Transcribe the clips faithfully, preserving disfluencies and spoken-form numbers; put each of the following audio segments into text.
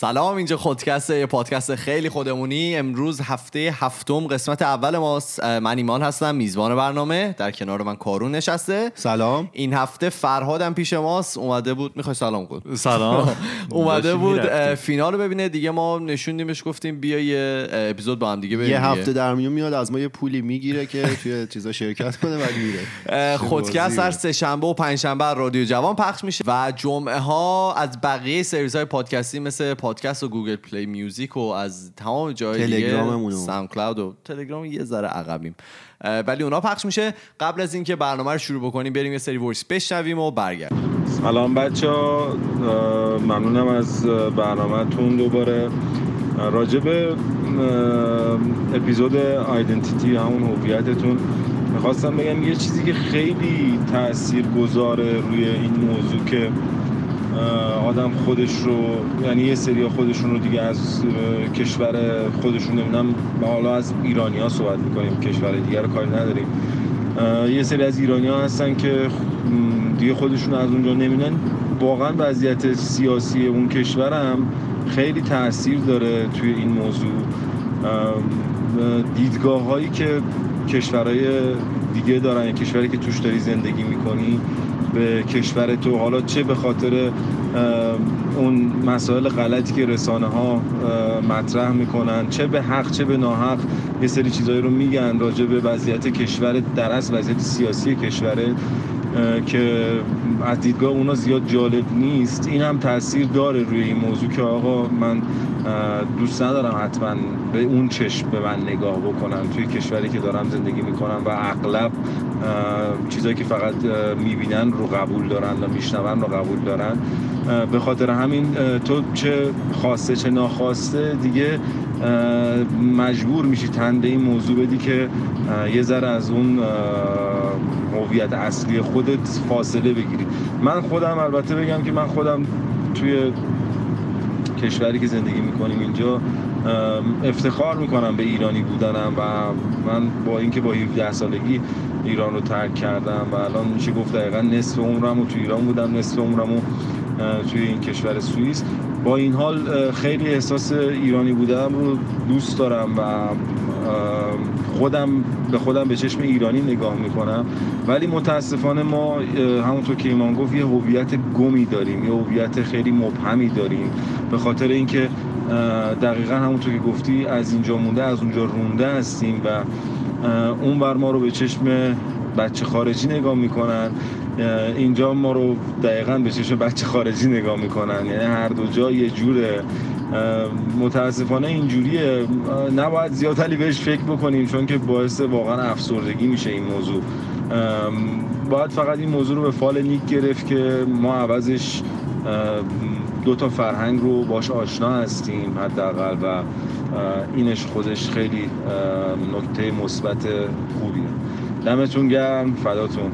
سلام، اینجا خودکست، یه پادکست خیلی خودمونی. امروز هفته هفتم قسمت اول ماست. من ایمان هستم، میزبان برنامه. در کنار من کارون نشسته. سلام. این هفته فرهادم پیش ماست. اومده بود، میخوای سلام کن؟ سلام. اومده بود فینال رو ببینه دیگه. ما نشوندیمش، گفتیم بیا یه اپیزود با هم دیگه ببینیم. یه هفته در میون میاد از ما یه پولی میگیره که توی چیزا شرکت کنه و میره. خودکست هر سه شنبه و پنج شنبه رادیو جوان پخش میشه و جمعه ها از بقیه سرویس های پادکستی مثل پادکست و گوگل پلی میوزیک و از تمام جای دیگه، ساوند کلاود و تلگرام یه ذره عقبیم ولی اونا پخش میشه. قبل از اینکه برنامه رو شروع بکنیم بریم یه سری وایس بشنویم و برگردیم. سلام بچه‌ها، ممنونم از برنامه‌تون. دوباره راجع به اپیزود آیدنتیتی، همون هویتتون، میخواستم بگم یه چیزی که خیلی تأثیر گذاره روی این موضوع که آدم خودش رو، یعنی یه سری خودشون رو دیگه از کشور خودشون، نمیدونم حالا از ایرانی ها صحبت میکنیم، کشور دیگر رو کاری نداریم، یه سری از ایرانی ها هستن که دیگه خودشون از اونجا نمیدونن. واقعا وضعیت سیاسی اون کشور هم خیلی تأثیر داره توی این موضوع. دیدگاه هایی که کشورهای دیگه دارن، کشوری که توش داری زندگی میکنی به کشور تو، حالا چه به خاطر اون مسائل غلطی که رسانه ها مطرح میکنن، چه به حق چه به ناحق یه سری چیزایی رو میگن راجع به وضعیت کشور، در اصل وضعیت سیاسی کشوره که از دیدگاه اونا زیاد جالب نیست. این هم تأثیر داره روی این موضوع که آقا من دوست ندارم حتما به اون چشم به من نگاه بکنن توی کشوری که دارم زندگی میکنم و اغلب چیزایی که فقط میبینن رو قبول دارن و میشنون رو قبول دارن. به خاطر همین تو چه خواسته چه ناخواسته دیگه مجبور میشی تن به این موضوع بدی که یه ذره از اون هویت اصلی خودت فاصله بگیری. من خودم البته بگم که من خودم توی کشوری که زندگی میکنیم اینجا افتخار میکنم به ایرانی بودنم و من با اینکه با هفده سالگی ایران رو ترک کردم و الان میشه گفت دقیقا نصف عمرمو تو ایران بودم، نصف عمرمو توی این کشور سوئیس. با این حال خیلی احساس ایرانی بودنم رو دوست دارم و خودم به خودم به چشم ایرانی نگاه میکنم. ولی متاسفانه ما همونطور که ایمان گفت یه هویت گمی داریم، یه هویت خیلی مبهمی داریم، به خاطر اینکه دقیقا همونطور که گفتی از اینجا مونده از اونجا رونده هستیم و اون بر ما رو به چشم بچه خارجی نگاه میکنن، اینجا ما رو دقیقاً به چشم بچه خارجی نگاه میکنن. یعنی هر دو جا یه جوره. متاسفانه اینجوریه، نباید زیاد علی بهش فکر بکنیم چون که باعث واقعا افسردگی میشه این موضوع. باید فقط این موضوع رو به فال نیک گرفت که ما عوضش دو تا فرهنگ رو باش آشنا هستیم حداقل و اینش خودش خیلی نکته مثبت خوبیه. دمتون گرم، فداتون.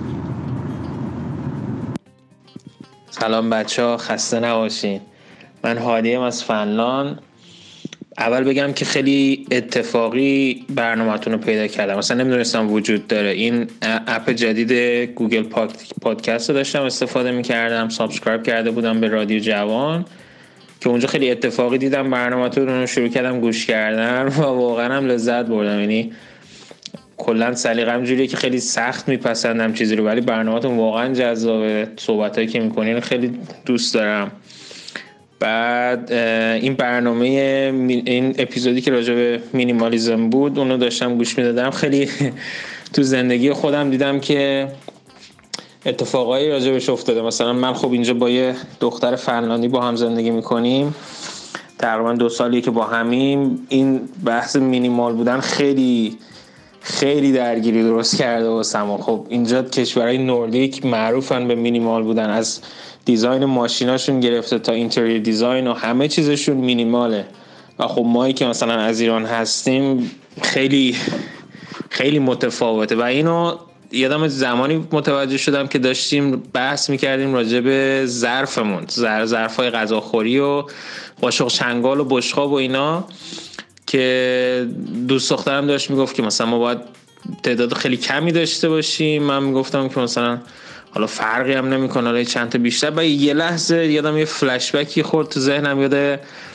سلام بچه‌ها، خسته نباشین. من هادیم از فنلاند. اول بگم که خیلی اتفاقی برنامه‌تون رو پیدا کردم، مثلا نمیدونستم وجود داره. این اپ جدید گوگل پادکست رو داشتم استفاده می‌کردم، سابسکرایب کرده بودم به رادیو جوان که اونجا خیلی اتفاقی دیدم برنامه‌تون رو، شروع کردم گوش کردن و واقعا هم لذت بردم. یعنی کلا سلیقه‌م جوریه که خیلی سخت میپسندم چیزی رو، ولی برنامه‌تون واقعا جذابه، صحبتایی که میکنین خیلی دوست دارم. بعد این برنامه این اپیزودی که راجع به مینیمالیسم بود اونو داشتم گوش میدادم. خیلی تو زندگی خودم دیدم که اتفاقایی راجع بهش افتاده. مثلا من خب اینجا با یه دختر فنلاندی با هم زندگی میکنیم، تقریبا دو سالیه که با همیم. این بحث مینیمال بودن خیلی خیلی درگیری درست کرده واسم. خب اینجا کشورهای نوردیک معروفن به مینیمال بودن، از دیزاین ماشیناشون گرفته تا اینتریور دیزاین و همه چیزشون مینیماله. و خب مایی که مثلا از ایران هستیم خیلی خیلی متفاوته. و اینو یادم زمانی متوجه شدم که داشتیم بحث میکردیم راجع به ظرفمون، ظرفای غذاخوری و قاشق چنگال و بشقاب و اینا، که دوست دخترم داشت میگفت که مثلا ما باید تعداد خیلی کمی داشته باشیم. من میگفتم که مثلا حالا فرقی هم نمیکنه، حالا چند تا بیشتر. و یه لحظه یادم یه فلش بکی خورد تو ذهنم، یاد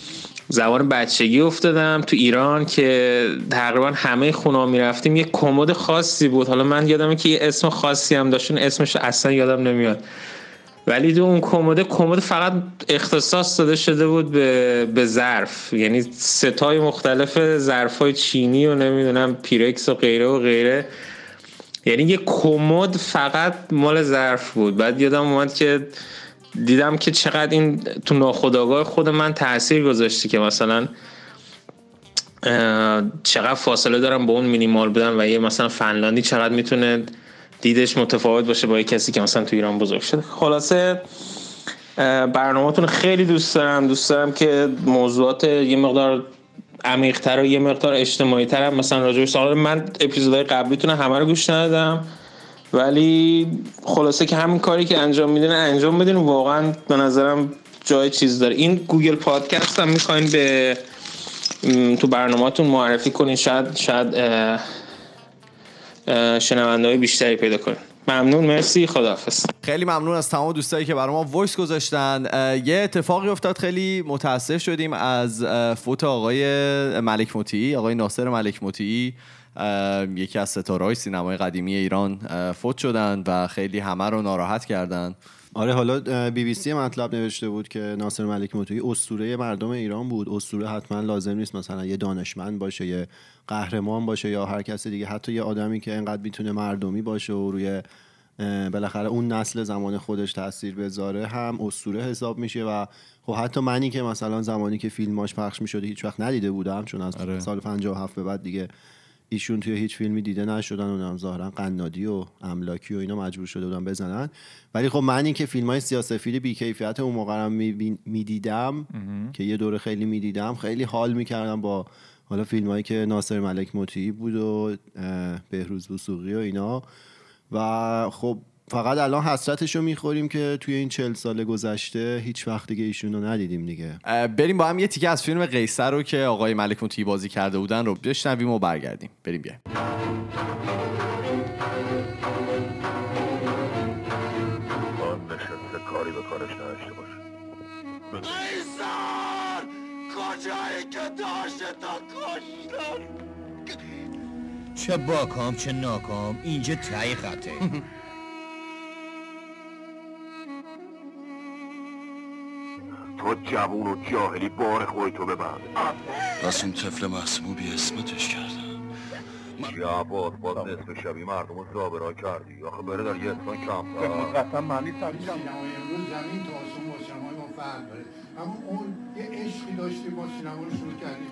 زمان بچگی افتادم تو ایران که تقریبا همه خونه‌ها میرفتیم. یه کمد خاصی بود، حالا من یادمه که یه اسم خاصی هم داشت، اسمش اصلا یادم نمیاد، ولی تو اون کمد کمد فقط اختصاص داده شده بود به به ظرف، یعنی ستای مختلف ظرفای چینی و نمیدونم پیرکس و غیره و غیره، یعنی یه کمد فقط مال ظرف بود. بعد یادم اومد که دیدم که چقدر این تو ناخودآگاه خود من تأثیر گذاشتی که مثلا چقدر فاصله دارم با اون مینیمال بودن و یه مثلا فنلاندی چقدر میتونه دیدش متفاوت باشه با یه کسی که مثلا تو ایران بزرگ شده. خلاصه برنامه‌تون خیلی دوست دارم، دوست دارم که موضوعات یه مقدار عمیق‌تر و یه مقدار اجتماعی‌تر هم مثلا راجعش سوال. من اپیزودهای قبلیتون همه رو گوش ندادم، ولی خلاصه که همین کاری که انجام میدین انجام بدین، واقعا به نظرم جای چیز داره. این گوگل پادکست هم میخواین به تو برنامه‌تون معرفی کنین، شاید شاید شنونده‌های بیشتری پیدا کنین. ممنون، مرسی، خداحافظ. خیلی ممنون از تمام دوستایی که برای ما وایس گذاشتن. یه اتفاقی افتاد، خیلی متاسف شدیم از فوت آقای ملک مطیعی، آقای ناصر ملک مطیعی، یکی از ستاره‌های سینمای قدیمی ایران فوت شدن و خیلی همه رو ناراحت کردن. آره، حالا بی بی سی مطلب نوشته بود که ناصر ملک مطیعی اسطوره مردم ایران بود. اسطوره حتما لازم نیست مثلا یه دانشمند باشه، یه قهرمان باشه یا هر کس دیگه، حتی یه آدمی که انقدر میتونه مردمی باشه و روی بالاخره اون نسل زمان خودش تاثیر بذاره هم اسطوره حساب میشه. و خب حتی منی که مثلا زمانی که فیلماش پخش میشده هیچ وقت ندیده بودم، چون از آره. سال پنجاه و هفت به بعد دیگه ایشون توی هیچ فیلمی دیده نشدن و ظاهرا قنادی و املاکی و اینا مجبور شده بودن بزنن، ولی خب من این که فیلمای سیاه‌سفید بی کیفیت اون موقع رو میدیدم که یه دوره خیلی میدیدم، خیلی حال میکردم با حالا فیلمایی که ناصر ملک مطیعی بود و بهروز وثوقی و اینا. و خب فقط الان حسرتشو میخوریم که توی این چهل سال گذشته هیچ وقت دیگه ایشونو ندیدیم دیگه. بریم با هم یه تیکه از فیلم قیصر رو که آقای ملک مطیعی بازی کرده بودن رو بشنویم و برگردیم. بریم بیایم. نشسته کاری به کارش نداشته باشه. قیصر کجایی که داشته تا کشتن؟ چه باکام چه ناکام، اینجا تایی خطه. تو جوون و جاهلی بار خودتو ببند. پس اون طفل معصومو بی اسمتش کردم. چی عباد باز نصف شبی مردم رو زابرا کردی؟ آخه بره در یه اسمان کم تا قسم معنی تاریخ هم امروز زمین تا آسون با سینمای ما فرق داره، اما اون یه عشقی داشتیم با سینما رو شروع کردیم.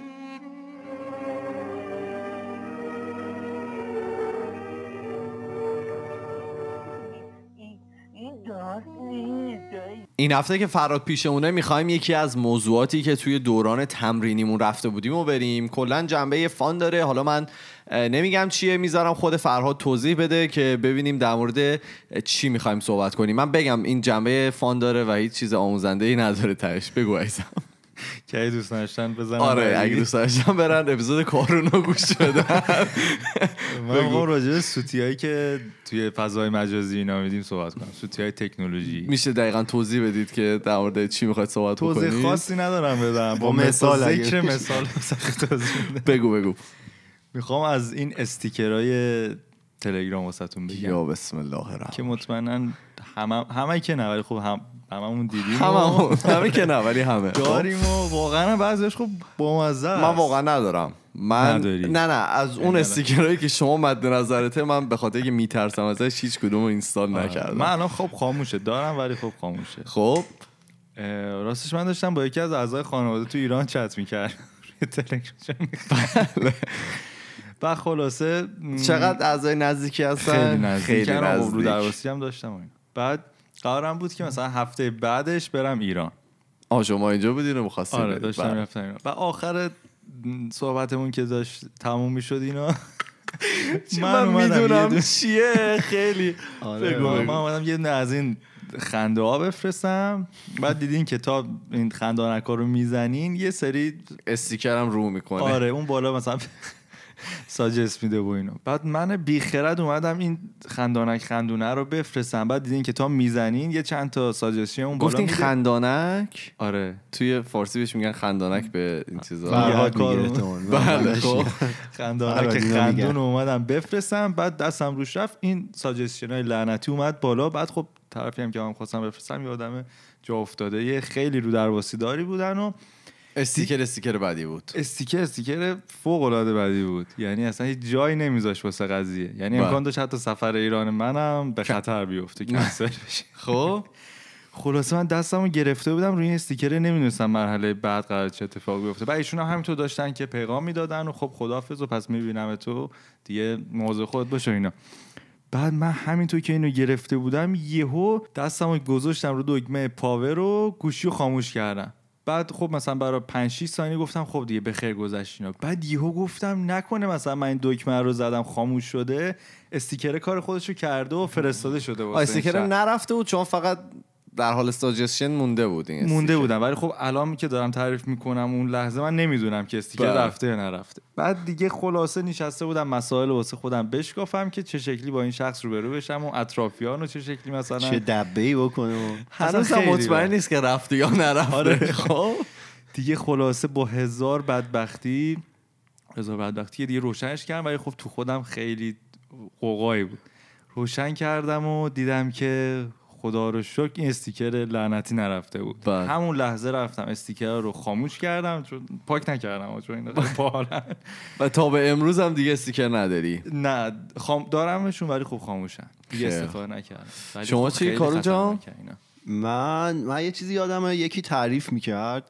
این هفته که فراد پیشمونه میخوایم یکی از موضوعاتی که توی دوران تمرینیمون رفته بودیم و بریم. کلا جنبه فان داره، حالا من نمیگم چیه، میذارم خود فرهاد توضیح بده که ببینیم در مورد چی میخوایم صحبت کنیم. من بگم این جنبه فان داره و هیچ چیز آموزنده‌ای نداره تهش. بگو عزیزم. که اگه دوست داشتن بزنن. آره اگه دوست داشتن برن اپیزود کارونو گوش بدن. ما راجع به سوتیایی که توی فضای مجازی اینا میدیم صحبت کنم، سوتیای تکنولوژی. میشه دقیقاً توضیح بدید که در مورد چی میخواید صحبت بکنید؟ توضیح خاصی ندارم بدم، با مثال ذکر مثال توضیح بدم. بگو بگو. میخوام از این استیکرای تلگرام واسهتون بگم. یا بسم الله الرحمن. که مطمئناً همه همه که نه ولی خب هم هممون دیدیم، هممون همه که نه ولی همه داریم و واقعا بعضیش خب بامزه است. من واقعا ندارم. من نداری. نه نه از اون استیکرایی که شما مد نظرته من به خاطر اینکه میترسم ازش هیچ کدوم رو اینستال نکردم. من الان خب خاموشه دارم ولی خب خاموشه. خب راستش من داشتم با یکی از اعضای خانواده تو ایران چت می‌کردم تلگرام. و خلاصه چقدر اعضای نزدیکی هستن؟ خیلی نزدیک. خیلی نزدیک. رو درواسی هم داشتم این. بعد قرارم بود که مثلا هفته بعدش برم ایران. آ شما اینجا بودین و می‌خواستین؟ آره داشتم رفتم ایران. و آخر صحبتمون که داشت تموم میشد اینا من میدونم چیه. خیلی آره من اومدم یه از این خنده ها بفرستم، بعد دیدین که تا این خندانکا رو میزنین یه سری استیکرم رو میکنه. آره اون بالا مثلا ساجست میده و اینو. بعد من بیخرد اومدم این خندانک خندونه رو بفرستم، بعد دیدین که تا میزنین یه چند تا ساجستشن اون بالا گفتین خندانک؟ آره توی فارسی بهش میگن خندانک به این چیزا. بله خب خندانک خندون اومدم بفرستم، بعد دستم روش رفت این ساجستشنای لعنتی اومد بالا. بعد خب طرفی هم که من خواستم بفرستم یه آدم جا افتاده یه خیلی رو درواسی داری بودن و استیکر استیکر بدی بود. استیکر استیکر فوق العاده بدی بود، یعنی اصلا هیچ جایی نمیذاش واسه قضیه، یعنی امکان داشت حتی سفر ایران منم به خطر بیفته کنسل بشه. خب خلاصه من دستمو گرفته بودم روی این استیکر، نمیدونستم مرحله بعد قرار چه اتفاقی بیفته. بعد ایشون هم همینطور داشتن که پیغام میدادن و خب خداحافظ و پس میبینم تو دیگه مواظب خودت باش اینا. بعد من همینطور که اینو گرفته بودم یهو دستمو گذاشتم رو دکمه پاور و گوشیو خاموش کردم. بعد خب مثلا برای پنج شش ثانیه گفتم خب دیگه بخیر گذشت اینا. بعد یهو گفتم نکنه مثلا من این دکمه رو زدم خاموش شده، استیکر کار خودشو کرده و فرستاده شده واسه استیکر نرفته بود چون فقط در حال ساجستشن مونده بود این مونده بودم. ولی خب الان که دارم تعریف میکنم اون لحظه من نمیدونم که استیکر بله. رفته یا نرفته. بعد دیگه خلاصه نشسته بودم مسائل واسه خودم بشکافم که چه شکلی با این شخص روبرو بشم و اطرافیان و چه شکلی مثلا چه دبه‌ای بکنم. هنوز هم مطمئن نیست که رفته یا نرفته. آره. خب دیگه خلاصه با هزار بدبختی هزار بدبختی دیگه روشنش کردم، ولی خب تو خودم خیلی قوقایی بود. روشن کردم و دیدم که خدا رو شکر این استیکر لعنتی نرفته بود. بله. همون لحظه رفتم استیکر رو خاموش کردم، چون پاک نکردم چون این بالا. و تا به امروز هم دیگه استیکر نداری؟ نه خام دارمشون ولی خب خاموشن دیگه استفاده نکردم. شما چی کارو جان؟ من من یه چیزی یادمه یکی تعریف میکرد،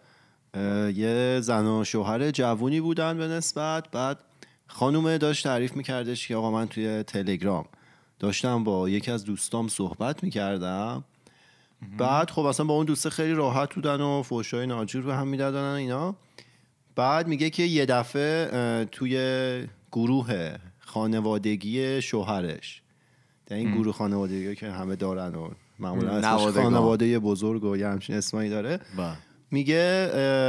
یه زن و شوهر جوونی بودن به نسبت. بعد خانومه داشت تعریف میکردش که آقا من توی تلگرام داشتم با یکی از دوستام صحبت میکردم، بعد خب اصلا با اون دوسته خیلی راحت بودن و فحشای ناجور به هم میدادن اینا. بعد میگه که یه دفعه توی گروه خانوادگی شوهرش، در این گروه خانوادگی که همه دارن و معمولا اسمش خانواده بزرگ و یه همچین اسمایی داره، میگه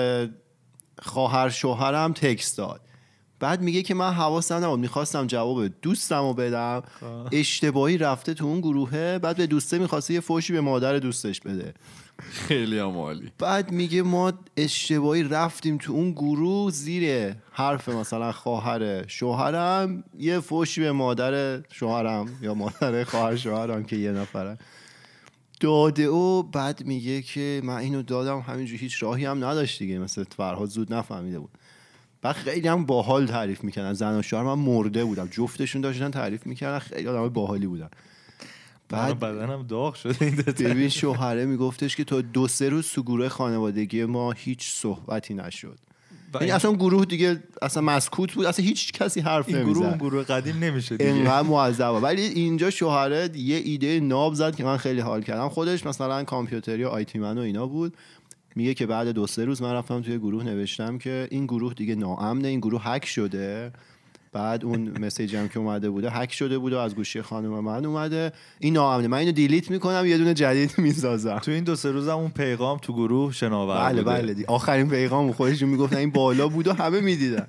خواهر شوهرم تکست داد. بعد میگه که من حواسم نبود، میخواستم جواب دوستمو بدم، اشتباهی رفته تو اون گروهه. بعد به دوسته میخواسته یه فوشی به مادر دوستش بده. خیلی عالی. بعد میگه ما اشتباهی رفتیم تو اون گروه، زیر حرف مثلا خواهر شوهرم یه فوشی به مادر شوهرم یا مادر خواهر شوهرم که یه نفره داده. و بعد میگه که من اینو دادم همینجوری، هیچ راهی هم نداشت دیگه، مثل فرهاد زود نفهمیده بود. بعد خیلی هم باحال تعریف میکنن. زن و شوهر من مرده بودم، جفتشون داشتن تعریف میکردن، خیلی آدمای باحالی بودن. بعد بدنم داغ شده این دته. ببین شوهره میگفتش که تا دو سه روز تو گروه خانوادگی ما هیچ صحبتی نشد. یعنی اصلا گروه دیگه اصلا مسکوت بود، اصلا هیچ کسی حرف نمیزد. این گروه اون گروه قدیم نمیشه دیگه، اینقدر معذبه. ولی اینجا شوهره یه ایده ناب زد که من خیلی حال کردم. خودش مثلا کامپیوتری و آیتی من و اینا بود. میگه که بعد دو سه روز من رفتم توی گروه نوشتم که این گروه دیگه ناامنه، این گروه هک شده. بعد اون مسیج هم که اومده بوده هک شده بود و از گوشی خانم من اومده، این ناامنه، من اینو دیلیت میکنم یه دونه جدید میسازم. تو این دو سه روز هم اون پیغام تو گروه شناور بله بوده. بله دی. آخرین پیغام خودشون میگفتن این بالا بود و همه میدیدن.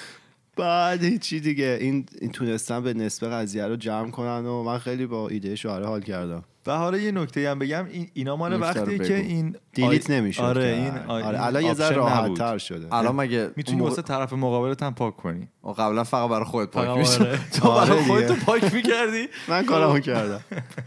بعد چی دیگه این, این تونستن به نسبه قضیه رو جمع کنن و من خیلی با ایده شوهره حال کردم. و حالا یه نکته هم بگم، این اینا مال وقتیه که این دیلیت آی... نمیشه. آره این آی... آره الان یه ذره راحت تر شده. الان مگه میتونی واسه طرف مقابلت هم پاک کنی. قبلا فقط برای خودت پاک میشه. تو برای خودت پاک می‌کردی؟ من کارامو کردم.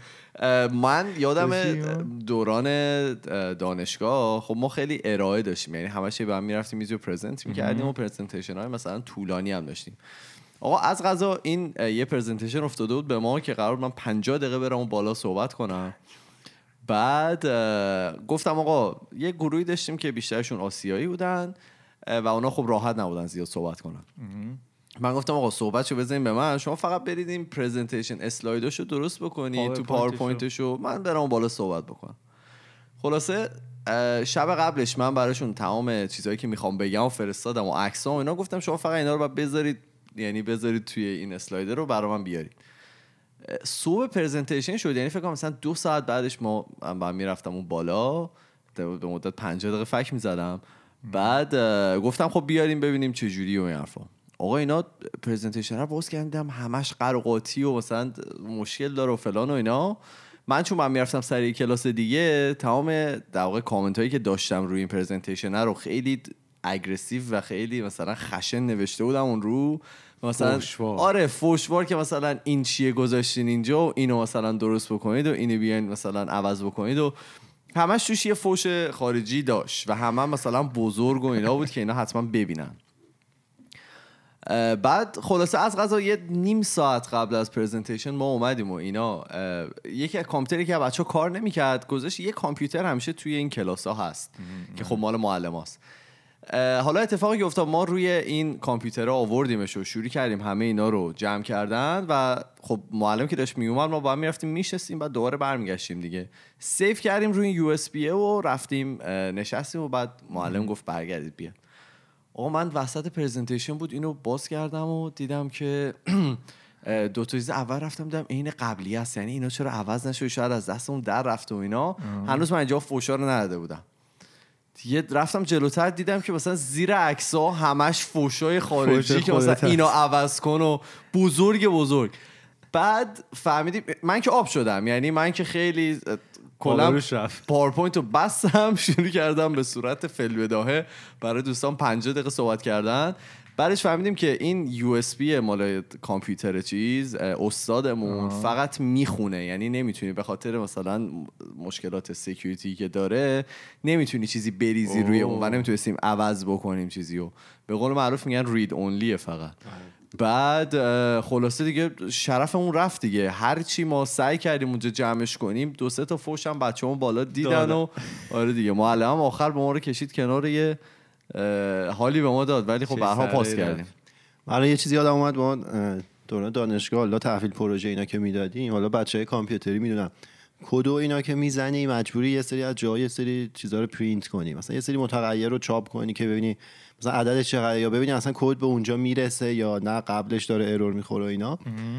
من یادم دوران دانشگاه خب ما خیلی ارائه داشتیم، یعنی همش با هم میرفتیم میزو پرزنت می‌کردیم و پرزنتیشن های مثلا طولانی هم داشتیم. آقا از قضا این یه پرزنتیشن افتاده بود به ما که قرار من پنجاه دقیقه برم اون بالا صحبت کنم. بعد گفتم آقا یه گروهی داشتیم که بیشترشون آسیایی بودن و اونا خب راحت نبودن زیاد صحبت کنن. من گفتم آقا صحبتشو بزنین به من، شما فقط برید این پرزنتیشن اسلایداشو درست بکنید تو پاورپوینتشو، من برام بالا صحبت بکنم. خلاصه شب قبلش من براشون تمام چیزایی که میخوام بگم و فرستادم و عکسام و اینا، گفتم شما فقط اینا رو بعد بذارید، یعنی بذارید توی این اسلایدر رو برام من بیارید. صبح پرزنتیشن شد، یعنی فکر کنم مثلا دو ساعت بعدش ما من میرفتم اون بالا به مدت پنجاه دقیقه فک میزدم. بعد گفتم خب بیاریم ببینیم چه جوری و این حرفا. آقا اینا پرزنتیشن رو باز کردم همش قرقاتی و مثلا مشکل داره و فلان و اینا. من چون من میرفتم سر کلاس دیگه تمام در واقع کامنت هایی که داشتم روی این پرزنتیشن رو خیلی اگریسیو و خیلی مثلا خشن نوشته بودم اون رو، مثلا فوشوار. آره فوشوار که مثلا این چیه گذاشتین اینجا و اینو مثلا درست بکنید و اینو بیاین مثلا عوض بکنید و همش توش یه فوش خارجی داشت و همه مثلا بزرگ و اینا بود که اینا حتما ببینن. بعد خلاصه از قضا یه نیم ساعت قبل از پرزنتیشن ما اومدیم و اینا یکی از کامپیوتری که بچه‌ها کار نمی‌کرد گذاشت یه کامپیوتر همیشه توی این کلاس‌ها هست که خب مال معلم‌هاست. حالا اتفاقی که افتاد ما روی این کامپیوترها آوردیمش و شروع کردیم همه اینا رو جمع کردن و خب معلم که داشت میومد ما با هم میرفتیم میشستیم بعد دوباره برمیگشتیم دیگه. سیف کردیم روی یو اس بی و رفتیم نشستیم و بعد معلم گفت برگردید بیا. آقا من وسط پرزنتیشن بود اینو باز کردم و دیدم که دو تا چیز اول رفتم دیدم این قبلی است، یعنی اینا چرا عوض نشد، شاید از دستمون در رفت و اینا. هنوز من اینجا فوشا رو نداده بودم. دیگه رفتم جلوتر دیدم که مثلا زیر عکس‌ها همش فوشای خارجی که مثلا اینو عوض کن و بزرگ بزرگ. بعد فهمیدیم من که آب شدم، یعنی من که خیلی کلا پاورپوینت رو بستم شروع کردم به صورت فی‌البداهه برای دوستان پنجاه دقیقه صحبت کردن. بعدش فهمیدیم که این یو اس بی مال کامپیوتر چیز استادمون آه. فقط میخونه، یعنی نمیتونی به خاطر مثلا مشکلات سکیوریتی که داره نمیتونی چیزی بریزی اوه. روی اون و نمیتونستیم عوض بکنیم چیزی رو. به قول معروف میگن رید اونلیه فقط. بعد خلاصه دیگه شرفمون رفت دیگه، هر چی ما سعی کردیم اونجا جمعش کنیم دو سه تا فوش هم بچه‌مون بالا دیدن داده. و آره دیگه معلم آخر به ما رو کشید کنار یه حالی به ما داد، ولی خب برها پاس کردیم. من یه چیزی یادم اومد ما دوران دانشگاه حالا تحویل پروژه اینا که میدادیم، حالا بچهای کامپیوتری میدونن کد و اینا که میزنی مجبوری یه سری از جای یه سری چیزا رو پرینت کنی، مثلا یه سری متغیر رو چاپ کنی که ببینی مثلا عددش چقدره یا ببینی اصلا کد به اونجا میرسه یا نه قبلش داره ارور میخوره و اینا.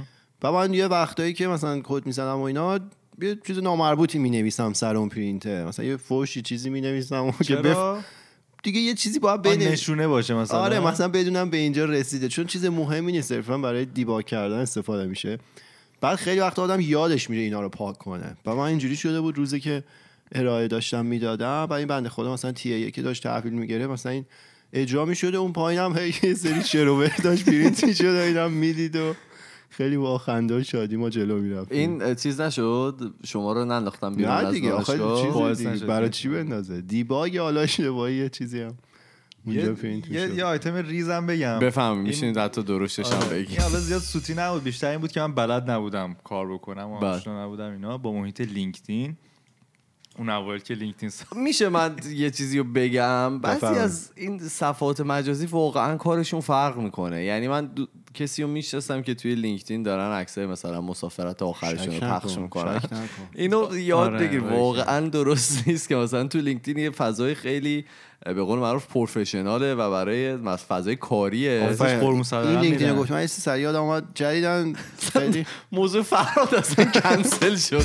و من یه وقتایی که مثلا کد میزنم و اینا یه چیز نامربوطی مینویسم سر اون پرینته، مثلا یه فوشی چیزی مینویسم که بف... دیگه یه چیزی باید بین نشونه باشه مثلا. آره مثلا بدونم به اینجا رسیده، چون چیز مهمی نیست، صرفا برای دیباگ کردن استفاده میشه. بعد خیلی وقت آدم یادش میره اینا رو پاک کنه. و من اینجوری شده بود روزی که ارائه داشتم میدادم و این بنده خدا مثلا تی ای که داشت تحویل میگیره مثلا این اجرا میشده اون پایینم هی یه سری شروور داشت پرینت میشد و اینا میدید و خیلی با خنده و شادی ما جلو میرفتیم. این چیز نشد شما رو ننداختم بیرون از دیگه آخه چیزی برای چی بندازه دیباگ حالا اشتباهی یه چیزی هم یه یه, یه آیتم ریزم بگم بفهم میشینید حتی درشتش هم بگیم. حالا زیاد سوتی نبود، بیشتر این بود که من بلد نبودم کار بکنم و آشنا نبودم اینا با محیط لینکدین. اون اول که لینکدین سا... میشه من یه چیزی رو بگم؟ بعضی از این صفحات مجازی واقعا کارشون فرق میکنه. یعنی من دو... کسی رو میشناسم که توی لینکدین دارن عکسای مثلا مسافرت آخرشون رو پخش میکنن. اینو یاد بگیر واقعا درست نیست که مثلا تو لینکدین یه فضای خیلی به قول معروف پروفشناله و برای فضای کاریه. این لینکدین گفتم من سری یادم اومد جدیدن موضوع فراد اصلا کنسل شد.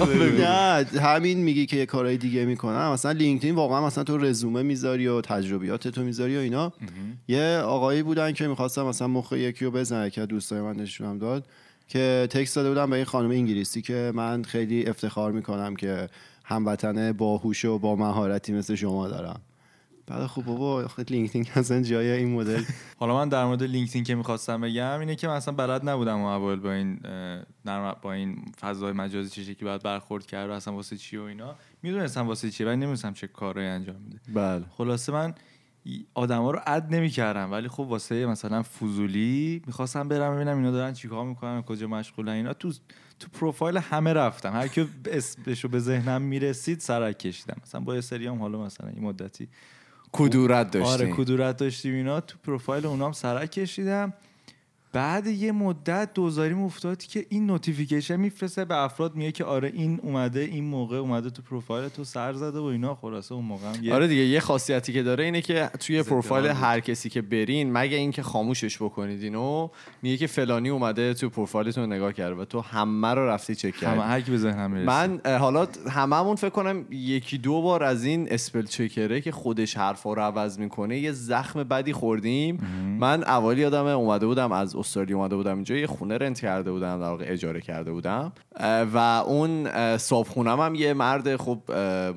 نه همین میگی که یه کارهای دیگه میکنم، مثلا لینکدین واقعا مثلا تو رزومه میذاری و تجربیات تو میذاری و اینا. یه آقایی بودن که میخواستم مثلا مخ یکی رو بزنه که دوستای من نشونم داد که تکست داده بودم به این خانم انگلیسی که من خیلی افتخار میکنم که هموطن باهوش و با مهارتی مثل شما دارم. بعد خب بابا خود لینکدین اصلا جای این مدل. حالا من در مورد لینکدین که می‌خواستم بگم اینه که من اصلا بلد نبودم اول با این با این فضای مجازی چه شکلی باید برخورد کرد و اصلا واسه چی و اینا میدونستم واسه چی ولی نمیدونستم چه کارایی انجام میده. بله خلاصه من آدما رو اد نمی‌کردم ولی خب واسه مثلا فضولی می‌خواستم برم ببینم اینا دارن چیکار می‌کنن کجا مشغولن اینا. تو تو پروفایل همه رفتم، هر کی اسمشو به ذهنم میرسید سرک کشیدم. مثلا با یه سریام حالا مثلا این مدتی کدورت داشتیم. آره کدورت داشتیم اینا، تو پروفایل اونام سرک کشیدم. بعد یه مدت دوزاریم افتاد که این نوتیفیکیشن میفرسته به افراد، میگه که آره این اومده این موقع اومده تو پروفایل تو سر زده و اینا. خلاصه اون موقع هم آره دیگه یه خاصیتی که داره اینه که توی پروفایل هر کسی که برین مگه اینکه خاموشش بکنید اینو، میگه که فلانی اومده تو پروفایلتون نگاه کرده و تو همه رو رفتی چک کردی. همه هر کی به ذهنم میرسه. من حالا هممون فکر کنم یکی دو بار از این اسپل چکره که خودش حرفا رو عوض میکنه یه زخم بدی خوردیم. من اولی یادم اومده بودم از استرالیا اومده بودم اینجا، یه خونه رنت کرده بودم، در واقع اجاره کرده بودم و اون صاحب خونم هم یه مرد خب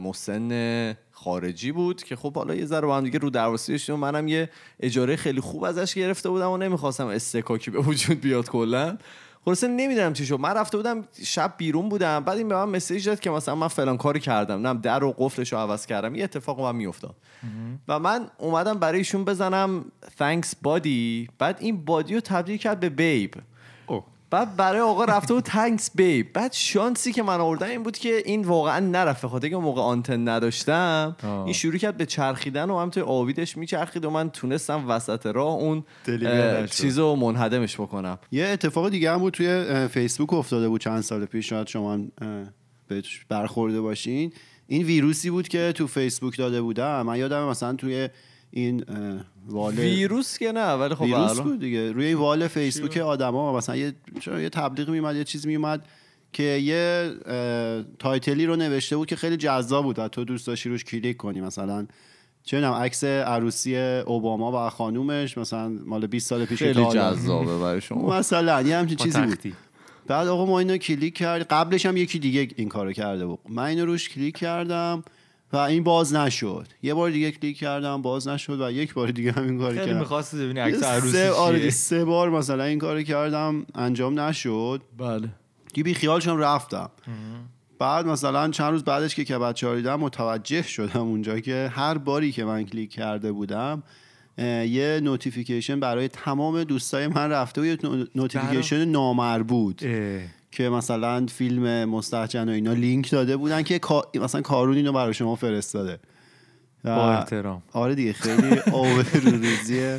مسن خارجی بود که خب حالا یه ذره با هم دیگه رو درواسی داشتیم و منم یه اجاره خیلی خوب ازش گرفته بودم و نمیخواستم استکاکی به وجود بیاد کلا. خلاصه نمیدونم چی شد، من رفته بودم شب بیرون بودم، بعد این به من مسیج داد که مثلا من فلان کاری کردم، نه در و قفلش رو عوض کردم، یه اتفاق با من میافتاد و من اومدم برای ایشون بزنم thanks body، بعد این بادی رو تبدیل کرد به بیب. بعد برای آقا رفته بود thanks babe. بعد شانسی که من آوردم این بود که این واقعا نرفته، خاطر که موقع آنتن نداشتم آه. این شروع کرد به چرخیدن و هم توی آویدش میچرخید و من تونستم وسط راه اون چیزو منهدمش بکنم. یه اتفاق دیگه هم بود توی فیسبوک افتاده بود چند سال پیش، شاید شما بهش برخورده باشین. این ویروسی بود که تو فیسبوک داده بودم. من یادم مثلا توی این وال ویروس که نه ولی خب ویروس بود دیگه، روی این وال فیسبوک آدما مثلا یه یه تبلیغ میومد، یه چیز میومد که یه تایتلی رو نوشته بود که خیلی جذاب بود و تو دوست داشتی روش کلیک کنی، مثلا چه میدونم عکس عروسی اوباما و خانومش مثلا مال بیست سال پیش، خیلی جذابه برای شما مثلا یه همچین چیزی بود. بعد آقا ما اینو کلیک کرد، قبلش هم یکی دیگه این کارو کرده بود، من اینو روش کلیک کردم و این باز نشد. یه بار دیگه کلیک کردم باز نشد و یک بار دیگه همین کارو کردم. خیلی می‌خواستی ببینی عکس عروسی چیه. آره سه بار مثلا این کارو کردم انجام نشد. بله. دیگه بی خیالشم رفتم. بعد مثلا چند روز بعدش که کبد دیدم متوجه شدم اونجا که هر باری که من کلیک کرده بودم یه نوتیفیکیشن برای تمام دوستای من رفته و یه نوتیفیکیشن نامربوط که مثلا فیلم مستحجن و اینا لینک داده بودن که مثلا کارون اینو برای شما فرستاده. با احترام. آره دیگه خیلی آبروریزیه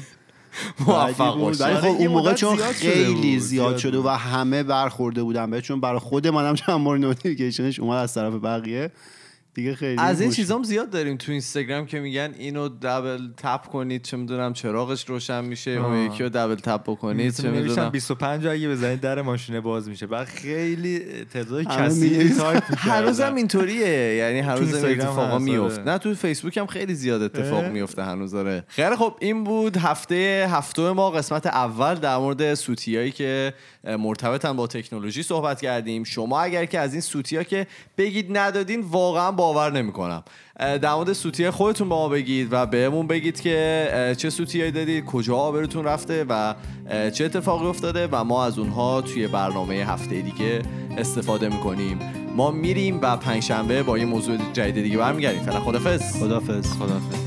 موفق باشه. ولی خب اون موقع چون خیلی زیاد شده و همه برخورده بودن به، چون برای خود منم چند بار نوتیفیکیشنش اومد از طرف بقیه دیگه. خیلی از این چیزام زیاد داریم تو اینستاگرام که میگن اینو دابل تپ کنید چه میدونم چراغش روشن میشه، اون یکی رو دابل تپ بکنید چه میدونم بیست و پنج اگه بزنید در ماشین باز میشه. بعد خیلی تعداد کثیری تایپ میشه. هنوزم اینطوریه، یعنی هنوزم اتفاقا میفته. نه تو فیسبوک هم خیلی زیاد اتفاق میفته هنوز. داره. خیلی خب این بود هفته هفتم ما، قسمت اول در مورد سوتیایی که مرتبطن با تکنولوژی صحبت کردیم. شما اگر که از این سوتیا که بگید ندادین واقعا باور نمی‌کنم، در مورد سوتی خودتون با ما بگید و بهمون بگید که چه سوتیایی دادید، کجا آبروتون رفته و چه اتفاقی افتاده و ما از اونها توی برنامه هفته دیگه استفاده میکنیم. ما میریم و پنجشنبه با یه موضوع جدید دیگه برمیگردیم. فعلا خدافظ. خدافظ. خدافظ.